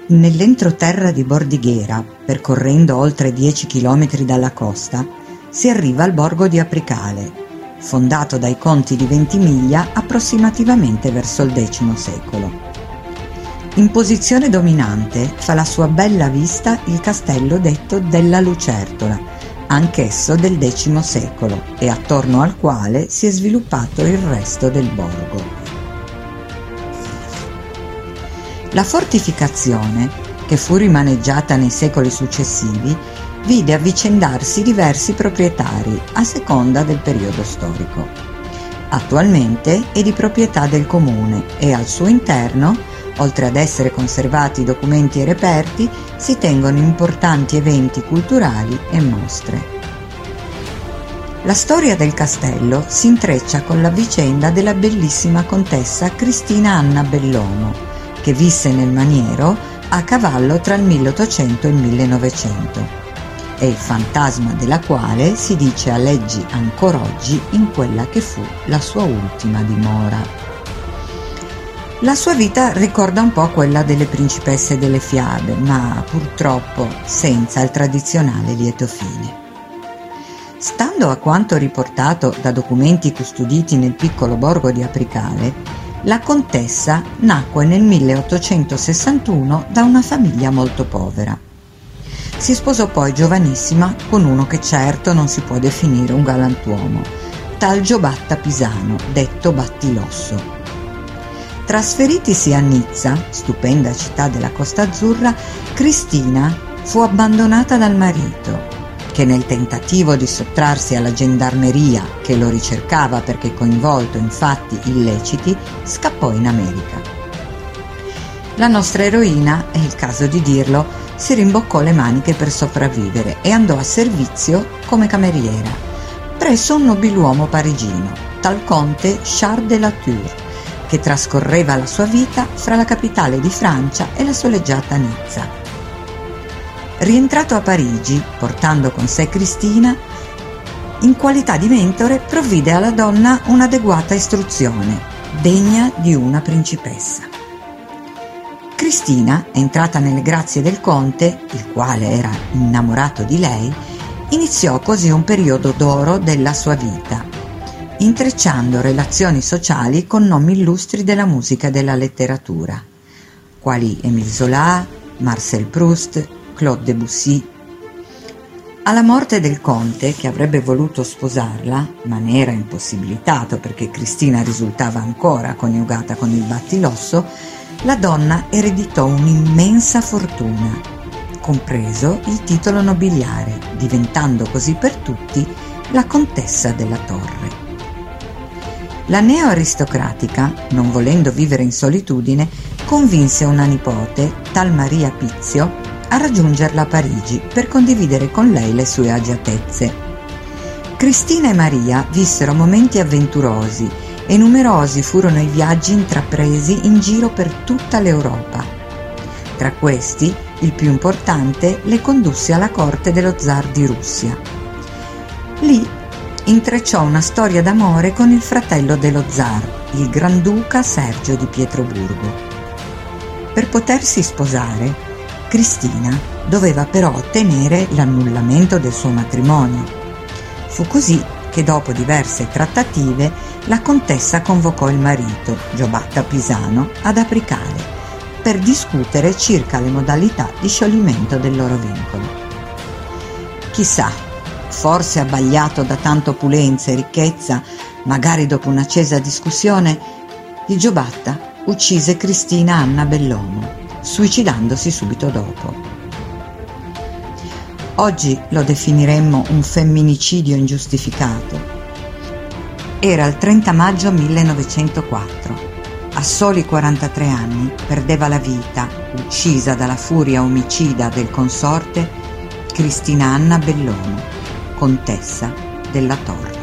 Nell'entroterra di Bordighera, percorrendo oltre 10 chilometri dalla costa, si arriva al borgo di Apricale, fondato dai conti di Ventimiglia approssimativamente verso il X secolo. In posizione dominante fa la sua bella vista il castello detto della Lucertola, anch'esso del X secolo, e attorno al quale si è sviluppato il resto del borgo. La fortificazione, che fu rimaneggiata nei secoli successivi, vide avvicendarsi diversi proprietari a seconda del periodo storico. Attualmente è di proprietà del comune e al suo interno, oltre ad essere conservati documenti e reperti, si tengono importanti eventi culturali e mostre. La storia del castello si intreccia con la vicenda della bellissima contessa Cristina Anna Bellomo, che visse nel Maniero a cavallo tra il 1800 e il 1900, e il fantasma della quale si dice aleggi ancora oggi in quella che fu la sua ultima dimora. La sua vita ricorda un po' quella delle principesse delle fiabe, ma purtroppo senza il tradizionale lieto fine. Stando a quanto riportato da documenti custoditi nel piccolo borgo di Apricale, la contessa nacque nel 1861 da una famiglia molto povera. Si sposò poi giovanissima con uno che certo non si può definire un galantuomo, tal Giobatta Pisano, detto Battilosso. Trasferitisi a Nizza, stupenda città della Costa Azzurra, Cristina fu abbandonata dal marito, che nel tentativo di sottrarsi alla gendarmeria che lo ricercava perché coinvolto in fatti illeciti, scappò in America. La nostra eroina, è il caso di dirlo, si rimboccò le maniche per sopravvivere e andò a servizio come cameriera presso un nobiluomo parigino, tal conte Charles de la Tour, che trascorreva la sua vita fra la capitale di Francia e la soleggiata Nizza. Rientrato a Parigi, portando con sé Cristina, in qualità di mentore provvide alla donna un'adeguata istruzione, degna di una principessa. Cristina, entrata nelle grazie del conte, il quale era innamorato di lei, iniziò così un periodo d'oro della sua vita, intrecciando relazioni sociali con nomi illustri della musica e della letteratura, quali Émile Zola, Marcel Proust, Claude Debussy. Alla morte del conte, che avrebbe voluto sposarla, ma ne era impossibilitato perché Cristina risultava ancora coniugata con il Battilosso, la donna ereditò un'immensa fortuna, compreso il titolo nobiliare, diventando così per tutti la contessa della Torre. La neo-aristocratica, non volendo vivere in solitudine, convinse una nipote, tal Maria Pizio, a raggiungerla a Parigi per condividere con lei le sue agiatezze. Cristina e Maria vissero momenti avventurosi e numerosi furono i viaggi intrapresi in giro per tutta l'Europa. Tra questi, il più importante le condusse alla corte dello zar di Russia. Lì intrecciò una storia d'amore con il fratello dello zar, il granduca Sergio di Pietroburgo. Per potersi sposare, Cristina doveva però ottenere l'annullamento del suo matrimonio. Fu così che dopo diverse trattative la contessa convocò il marito, Giobatta Pisano, ad Apricale per discutere circa le modalità di scioglimento del loro vincolo. Chissà, forse abbagliato da tanta opulenza e ricchezza, magari dopo un'accesa discussione, il Giobatta uccise Cristina Anna Bellomo, suicidandosi subito dopo. Oggi lo definiremmo un femminicidio ingiustificato. Era il 30 maggio 1904. A soli 43 anni perdeva la vita, uccisa dalla furia omicida del consorte, Cristina Anna Bellomo, contessa della Torre.